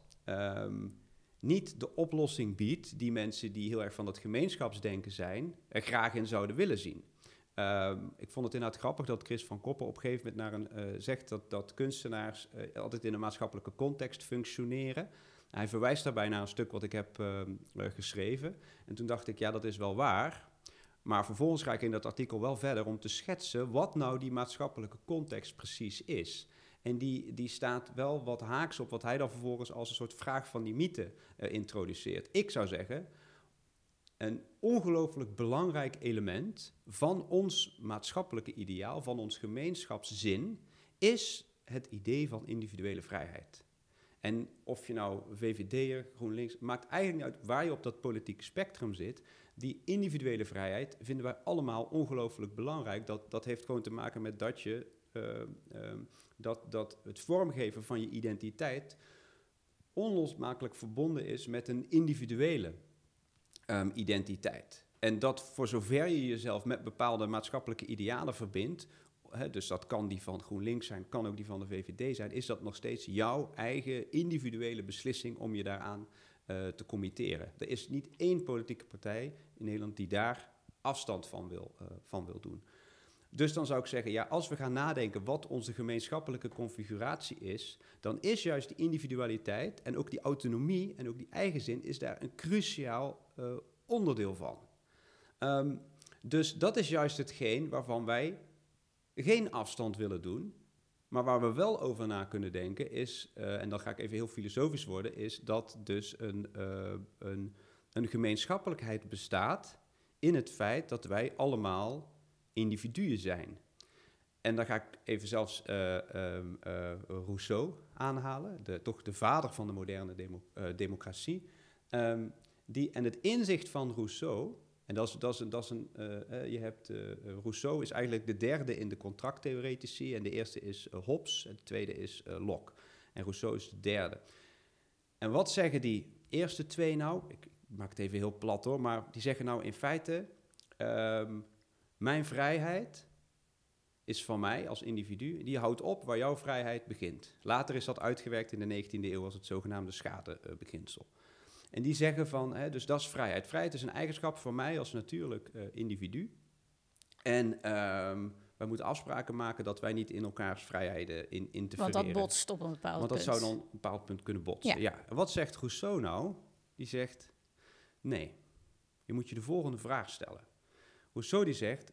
niet de oplossing biedt die mensen die heel erg van dat gemeenschapsdenken zijn, er graag in zouden willen zien. Ik vond het inderdaad grappig dat Chris van Koppen op een gegeven moment zegt dat kunstenaars altijd in een maatschappelijke context functioneren. Hij verwijst daarbij naar een stuk wat ik heb geschreven. En toen dacht ik, ja, dat is wel waar. Maar vervolgens ga ik in dat artikel wel verder om te schetsen wat nou die maatschappelijke context precies is. En die staat wel wat haaks op wat hij dan vervolgens als een soort vraag van die mythe introduceert. Ik zou zeggen, een ongelooflijk belangrijk element van ons maatschappelijke ideaal, van ons gemeenschapszin, is het idee van individuele vrijheid. En of je nou VVD'er, GroenLinks, maakt eigenlijk niet uit waar je op dat politieke spectrum zit. Die individuele vrijheid vinden wij allemaal ongelooflijk belangrijk. Dat heeft gewoon te maken met dat je dat het vormgeven van je identiteit onlosmakelijk verbonden is met een individuele identiteit. En dat voor zover je jezelf met bepaalde maatschappelijke idealen verbindt, dus dat kan die van GroenLinks zijn, kan ook die van de VVD zijn, is dat nog steeds jouw eigen individuele beslissing om je daaraan te committeren. Er is niet één politieke partij in Nederland die daar afstand van wil doen. Dus dan zou ik zeggen, ja, als we gaan nadenken wat onze gemeenschappelijke configuratie is, dan is juist die individualiteit en ook die autonomie en ook die eigenzin is daar een cruciaal onderdeel van. Dus dat is juist hetgeen waarvan wij geen afstand willen doen, maar waar we wel over na kunnen denken is, en dan ga ik even heel filosofisch worden, is dat dus een gemeenschappelijkheid bestaat in het feit dat wij allemaal individuen zijn. En dan ga ik even zelfs Rousseau aanhalen, toch de vader van de moderne democratie. En het inzicht van Rousseau, en Rousseau is eigenlijk de derde in de contracttheoretici, en de eerste is Hobbes, en de tweede is Locke. En Rousseau is de derde. En wat zeggen die eerste twee nou? Ik maak het even heel plat hoor, maar die zeggen nou in feite, mijn vrijheid is van mij als individu, die houdt op waar jouw vrijheid begint. Later is dat uitgewerkt in de 19e eeuw als het zogenaamde schadebeginsel. En die zeggen van, dus dat is vrijheid. Vrijheid is een eigenschap van mij als natuurlijk individu. En wij moeten afspraken maken dat wij niet in elkaars vrijheden interfereren. Want dat botst op een bepaald punt. Want dat zou dan op een bepaald punt kunnen botsen. Ja. En wat zegt Rousseau nou? Die zegt, nee, je moet je de volgende vraag stellen. Rousseau die zegt,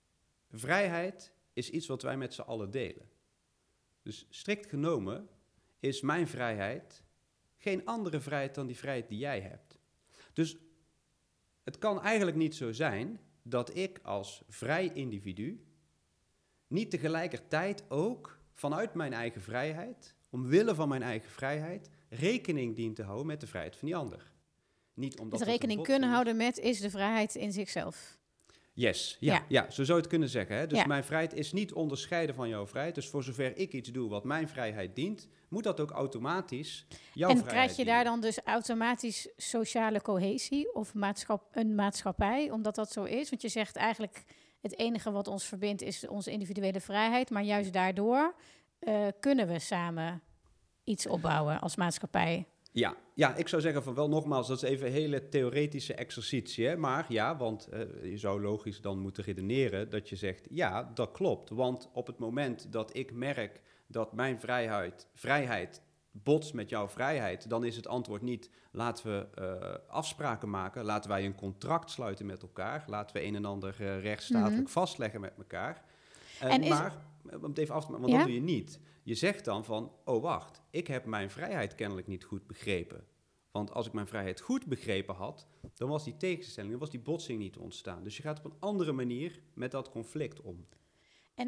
vrijheid is iets wat wij met z'n allen delen. Dus strikt genomen is mijn vrijheid geen andere vrijheid dan die vrijheid die jij hebt. Dus het kan eigenlijk niet zo zijn dat ik als vrij individu niet tegelijkertijd ook vanuit mijn eigen vrijheid, omwille van mijn eigen vrijheid, rekening dient te houden met de vrijheid van die ander. Niet omdat het rekening kunnen houden met is de vrijheid in zichzelf. Yes, ja, zo zou je het kunnen zeggen. Hè? Dus mijn vrijheid is niet onderscheiden van jouw vrijheid. Dus voor zover ik iets doe wat mijn vrijheid dient, moet dat ook automatisch jouw vrijheid En krijg je daar dan dus automatisch sociale cohesie of een maatschappij, omdat dat zo is? Want je zegt eigenlijk, het enige wat ons verbindt is onze individuele vrijheid, maar juist daardoor kunnen we samen iets opbouwen als maatschappij. Ja, ik zou zeggen van wel nogmaals, dat is even een hele theoretische exercitie. Hè? Maar ja, want je zou logisch dan moeten redeneren dat je zegt, ja, dat klopt. Want op het moment dat ik merk dat mijn vrijheid botst met jouw vrijheid, dan is het antwoord niet, laten we afspraken maken, laten wij een contract sluiten met elkaar, laten we een en ander rechtsstatelijk vastleggen met elkaar. Maar, om het even af te maken, want dat doe je niet. Je zegt dan van, oh wacht, ik heb mijn vrijheid kennelijk niet goed begrepen. Want als ik mijn vrijheid goed begrepen had, dan was die tegenstelling, dan was die botsing niet ontstaan. Dus je gaat op een andere manier met dat conflict om. En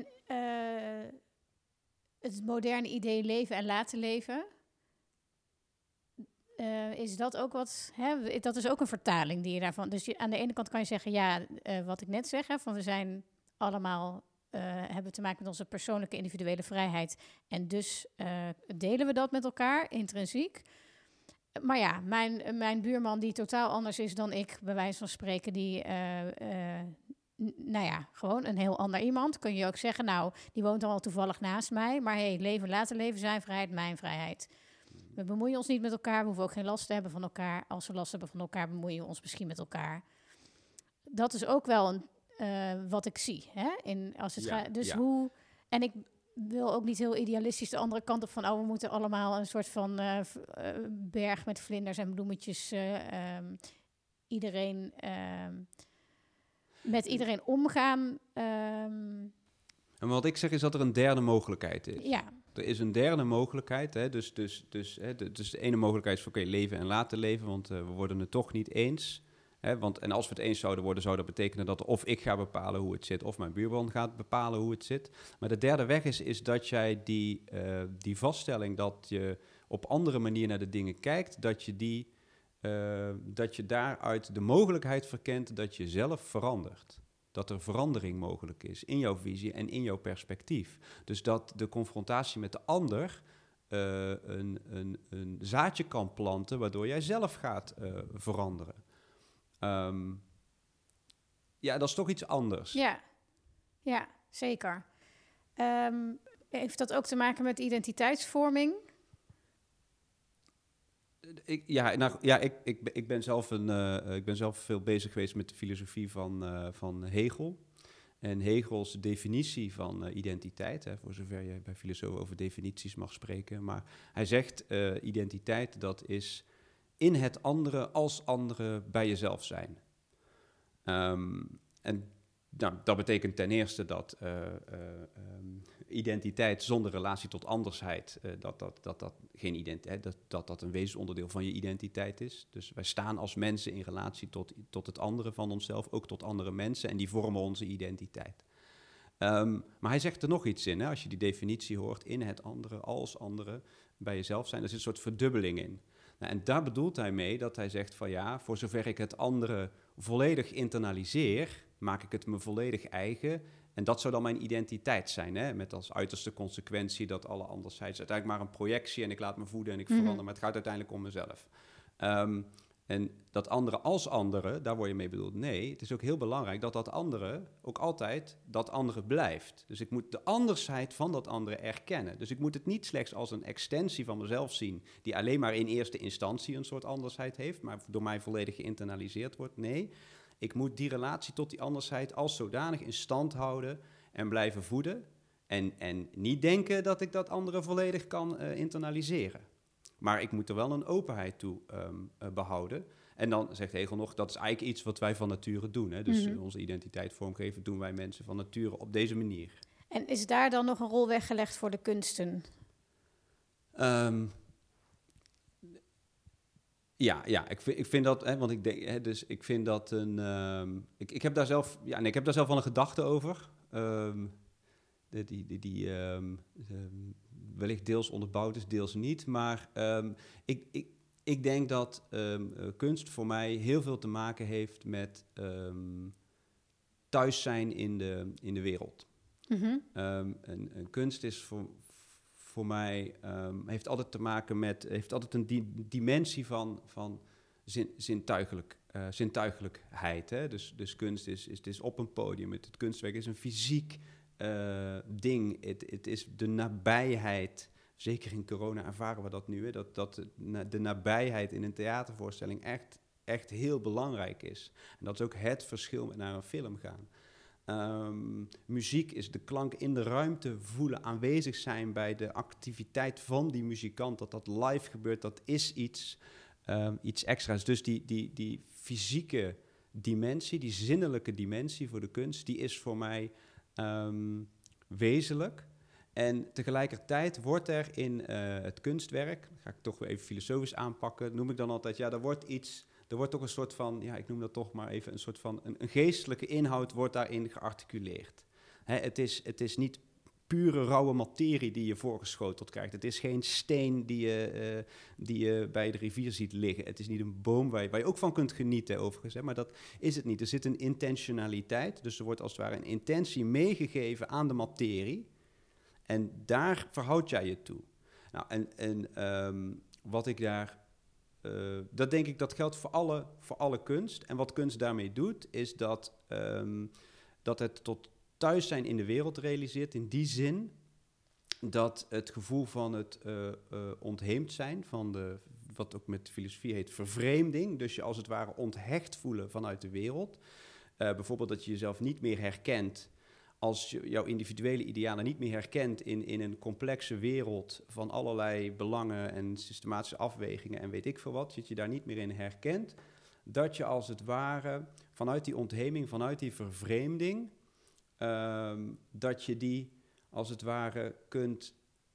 het moderne idee leven en laten leven, is dat ook wat, dat is ook een vertaling die je daarvan, dus aan de ene kant kan je zeggen, wat ik net zeg, van we zijn allemaal, hebben te maken met onze persoonlijke individuele vrijheid en dus delen we dat met elkaar, intrinsiek. Maar ja, mijn buurman die totaal anders is dan ik, bij wijze van spreken, die, gewoon een heel ander iemand, kun je ook zeggen, nou, die woont dan wel toevallig naast mij, maar leven, laten leven, zijn vrijheid, mijn vrijheid. We bemoeien ons niet met elkaar, we hoeven ook geen last te hebben van elkaar. Als we last hebben van elkaar, bemoeien we ons misschien met elkaar. Dat is ook wel wat ik zie. Hè? Hoe... En ik wil ook niet heel idealistisch de andere kant op van, we moeten allemaal een soort van berg met vlinders en bloemetjes met iedereen omgaan. En wat ik zeg is dat er een derde mogelijkheid is. Ja. Er is een derde mogelijkheid. Hè? Dus de ene mogelijkheid is voor leven en laten leven, want we worden het toch niet eens. Hè? En als we het eens zouden worden, zou dat betekenen dat of ik ga bepalen hoe het zit, of mijn buurman gaat bepalen hoe het zit. Maar de derde weg is dat jij die vaststelling dat je op andere manier naar de dingen kijkt, dat je daaruit de mogelijkheid verkent dat je zelf verandert. Dat er verandering mogelijk is in jouw visie en in jouw perspectief. Dus dat de confrontatie met de ander een zaadje kan planten, waardoor jij zelf gaat veranderen. Dat is toch iets anders. Ja, zeker. Heeft dat ook te maken met identiteitsvorming? Ik ben zelf veel bezig geweest met de filosofie van Hegel. En Hegels definitie van identiteit, voor zover je bij filosofen over definities mag spreken. Maar hij zegt, identiteit, dat is in het andere als andere bij jezelf zijn. Dat betekent ten eerste dat identiteit zonder relatie tot andersheid, dat een wezensonderdeel van je identiteit is. Dus wij staan als mensen in relatie tot het andere van onszelf, ook tot andere mensen, en die vormen onze identiteit. Maar hij zegt er nog iets in, hè, als je die definitie hoort, in het andere, als andere, bij jezelf zijn. Er zit een soort verdubbeling in. Nou, en daar bedoelt hij mee dat hij zegt van ja, voor zover ik het andere volledig internaliseer, maak ik het me volledig eigen. En dat zou dan mijn identiteit zijn, hè? Met als uiterste consequentie dat alle anderszijds uiteindelijk maar een projectie en ik laat me voeden en ik verander, maar het gaat uiteindelijk om mezelf. En dat andere als andere, daar word je mee bedoeld. Nee, het is ook heel belangrijk dat dat andere ook altijd dat andere blijft. Dus ik moet de andersheid van dat andere erkennen. Dus ik moet het niet slechts als een extensie van mezelf zien, die alleen maar in eerste instantie een soort andersheid heeft, maar door mij volledig geïnternaliseerd wordt. Nee, ik moet die relatie tot die andersheid als zodanig in stand houden en blijven voeden. En niet denken dat ik dat andere volledig kan internaliseren. Maar ik moet er wel een openheid toe behouden. En dan zegt Hegel nog, dat is eigenlijk iets wat wij van nature doen. Hè? Dus onze identiteit vormgeven doen wij mensen van nature op deze manier. En is daar dan nog een rol weggelegd voor de kunsten? Ja, ik vind dat, hè, want ik denk, hè, dus ik vind dat een, ik heb daar zelf, ik heb daar zelf wel een gedachte over. Wellicht deels onderbouwd is, deels niet. Maar ik denk dat kunst voor mij heel veel te maken heeft met thuis zijn in de wereld. En kunst is voor mij heeft altijd te maken met, heeft altijd een dimensie van zintuigelijkheid. Hè? Dus kunst is op een podium. Het kunstwerk is een fysiek ding. Het is de nabijheid. Zeker in corona ervaren we dat nu. Hè? Dat de nabijheid in een theatervoorstelling echt heel belangrijk is. En dat is ook het verschil met naar een film gaan. Muziek is de klank in de ruimte voelen, aanwezig zijn bij de activiteit van die muzikant. Dat live gebeurt, dat is iets extra's. Dus die fysieke dimensie, die zinnelijke dimensie voor de kunst, die is voor mij wezenlijk. En tegelijkertijd wordt er in het kunstwerk, ga ik toch weer even filosofisch aanpakken, noem ik dan altijd, er wordt toch een soort van, ik noem dat toch maar even, een soort van, een geestelijke inhoud wordt daarin gearticuleerd. Het is niet pure rauwe materie die je voorgeschoteld krijgt. Het is geen steen die je bij de rivier ziet liggen. Het is niet een boom waar je ook van kunt genieten, overigens. Hè, maar dat is het niet. Er zit een intentionaliteit, dus er wordt als het ware een intentie meegegeven aan de materie. En daar verhoud jij je toe. Nou, en wat ik daar... dat denk ik, dat geldt voor alle kunst. En wat kunst daarmee doet, is dat het tot thuis zijn in de wereld realiseert. In die zin dat het gevoel van het ontheemd zijn, van wat ook met filosofie heet vervreemding. Dus je als het ware onthecht voelen vanuit de wereld. Bijvoorbeeld dat je jezelf niet meer herkent, als je jouw individuele idealen niet meer herkent in een complexe wereld van allerlei belangen en systematische afwegingen en weet ik veel wat, dat je daar niet meer in herkent, dat je als het ware vanuit die ontheming, vanuit die vervreemding, dat je die als het ware kunt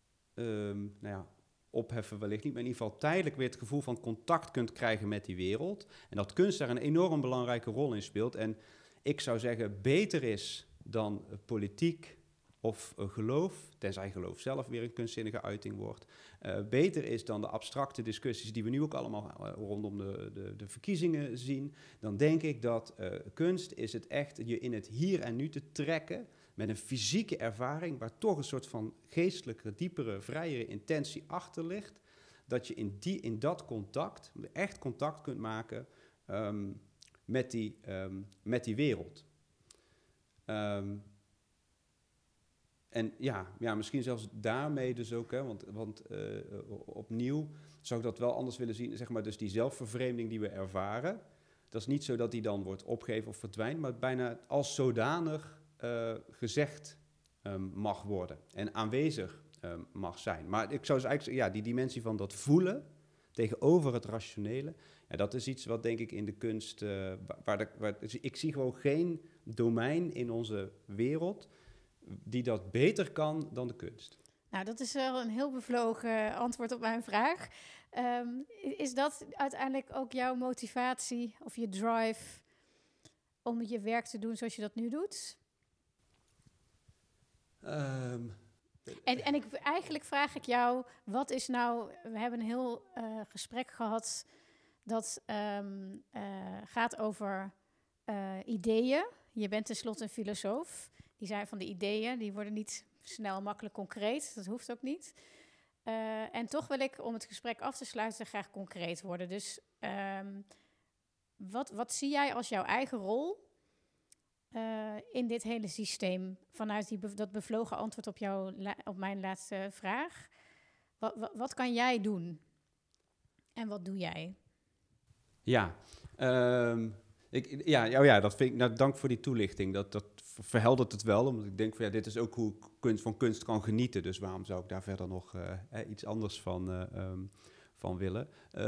opheffen wellicht niet, maar in ieder geval tijdelijk weer het gevoel van contact kunt krijgen met die wereld. En dat kunst daar een enorm belangrijke rol in speelt. En ik zou zeggen, beter is dan politiek of geloof, tenzij geloof zelf weer een kunstzinnige uiting wordt, beter is dan de abstracte discussies die we nu ook allemaal rondom de verkiezingen zien, dan denk ik dat kunst is het echt je in het hier en nu te trekken met een fysieke ervaring waar toch een soort van geestelijke, diepere, vrijere intentie achter ligt, dat je in dat contact echt contact kunt maken met die wereld. En misschien zelfs daarmee dus ook, hè, want opnieuw zou ik dat wel anders willen zien, zeg maar, dus die zelfvervreemding die we ervaren, dat is niet zo dat die dan wordt opgegeven of verdwijnt, maar bijna als zodanig gezegd mag worden en aanwezig mag zijn. Maar ik zou dus eigenlijk die dimensie van dat voelen tegenover het rationele, dat is iets wat denk ik in de kunst, ik zie gewoon geen domein in onze wereld die dat beter kan dan de kunst. Nou, dat is wel een heel bevlogen antwoord op mijn vraag. Is dat uiteindelijk ook jouw motivatie of je drive om je werk te doen zoals je dat nu doet? En eigenlijk vraag ik jou, wat is nou... We hebben een heel gesprek gehad dat gaat over ideeën. Je bent tenslotte een filosoof. Die zei van de ideeën, die worden niet snel makkelijk concreet. Dat hoeft ook niet. En toch wil ik, om het gesprek af te sluiten, graag concreet worden. Dus wat zie jij als jouw eigen rol in dit hele systeem? Vanuit dat bevlogen antwoord op mijn laatste vraag. Wat kan jij doen? En wat doe jij? Ja, dat vind ik. Nou, dank voor die toelichting. Dat verheldert het wel, omdat ik denk van dit is ook hoe ik van kunst kan genieten. Dus waarom zou ik daar verder nog iets anders van willen?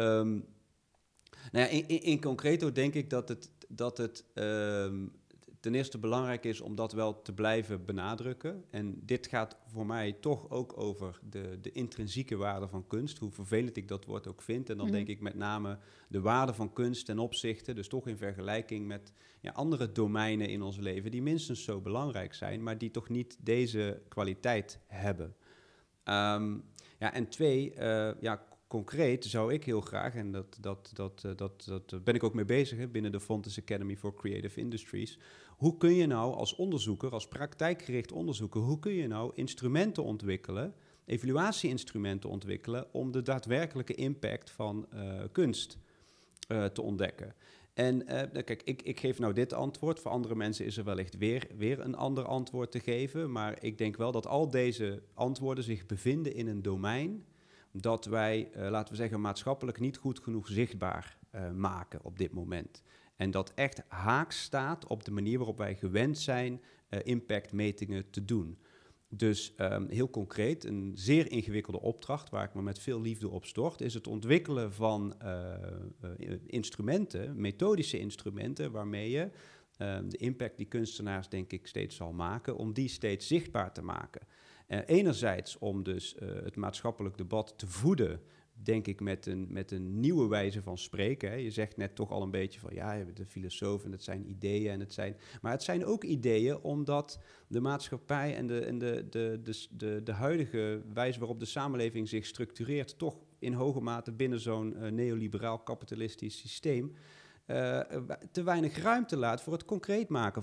In concreto denk ik dat het ten eerste belangrijk is om dat wel te blijven benadrukken. En dit gaat voor mij toch ook over de intrinsieke waarde van kunst, hoe vervelend ik dat woord ook vind. En dan denk ik met name de waarde van kunst ten opzichte, dus toch in vergelijking met andere domeinen in ons leven die minstens zo belangrijk zijn, maar die toch niet deze kwaliteit hebben. En twee, concreet zou ik heel graag, en dat ben ik ook mee bezig binnen de Fontys Academy for Creative Industries. Hoe kun je nou als onderzoeker, als praktijkgericht onderzoeker, hoe kun je nou instrumenten ontwikkelen, evaluatie-instrumenten ontwikkelen om de daadwerkelijke impact van kunst te ontdekken? En kijk, ik geef nou dit antwoord. Voor andere mensen is er wellicht weer een ander antwoord te geven. Maar ik denk wel dat al deze antwoorden zich bevinden in een domein dat wij, laten we zeggen, maatschappelijk niet goed genoeg zichtbaar maken op dit moment. En dat echt haaks staat op de manier waarop wij gewend zijn impactmetingen te doen. Dus heel concreet, een zeer ingewikkelde opdracht waar ik me met veel liefde op stort, is het ontwikkelen van instrumenten, methodische instrumenten, waarmee je de impact die kunstenaars denk ik steeds zal maken, om die steeds zichtbaar te maken. Enerzijds om dus het maatschappelijk debat te voeden, denk ik, met een nieuwe wijze van spreken. Hè. Je zegt net toch al een beetje van, je bent een filosoof en het zijn ideeën. Maar het zijn ook ideeën omdat de maatschappij en de huidige wijze waarop de samenleving zich structureert, toch in hoge mate binnen zo'n neoliberaal kapitalistisch systeem te weinig ruimte laat voor het concreet maken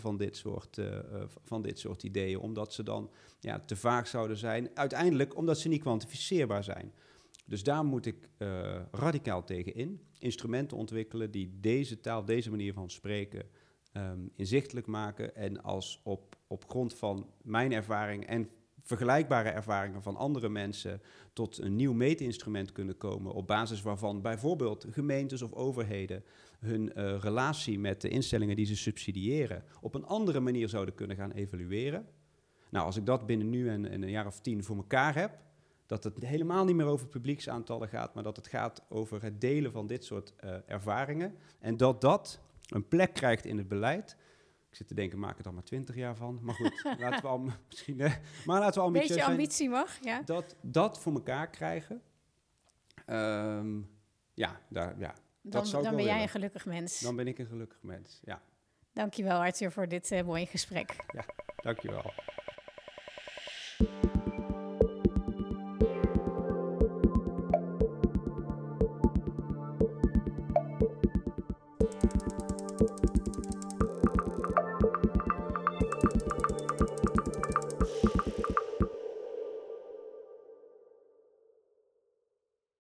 van dit soort ideeën. Omdat ze dan te vaag zouden zijn. Uiteindelijk omdat ze niet kwantificeerbaar zijn. Dus daar moet ik radicaal tegen in. Instrumenten ontwikkelen die deze taal, deze manier van spreken inzichtelijk maken. En als op grond van mijn ervaring en vergelijkbare ervaringen van andere mensen tot een nieuw meetinstrument kunnen komen, op basis waarvan bijvoorbeeld gemeentes of overheden hun relatie met de instellingen die ze subsidiëren op een andere manier zouden kunnen gaan evalueren. Nou, als ik dat binnen nu en een jaar of 10 voor elkaar heb, dat het helemaal niet meer over publieksaantallen gaat, maar dat het gaat over het delen van dit soort ervaringen en dat een plek krijgt in het beleid. Ik zit te denken, maak er dan maar 20 jaar van. Maar goed, laten we al misschien... maar laten we al ambitieus zijn. Beetje ambitie mag, ja. Dat voor elkaar krijgen. Dat zou ik dan ben jij willen. een gelukkig mens. Dan ben ik een gelukkig mens, ja. Dankjewel, Arthur, voor dit mooie gesprek. Ja, dankjewel.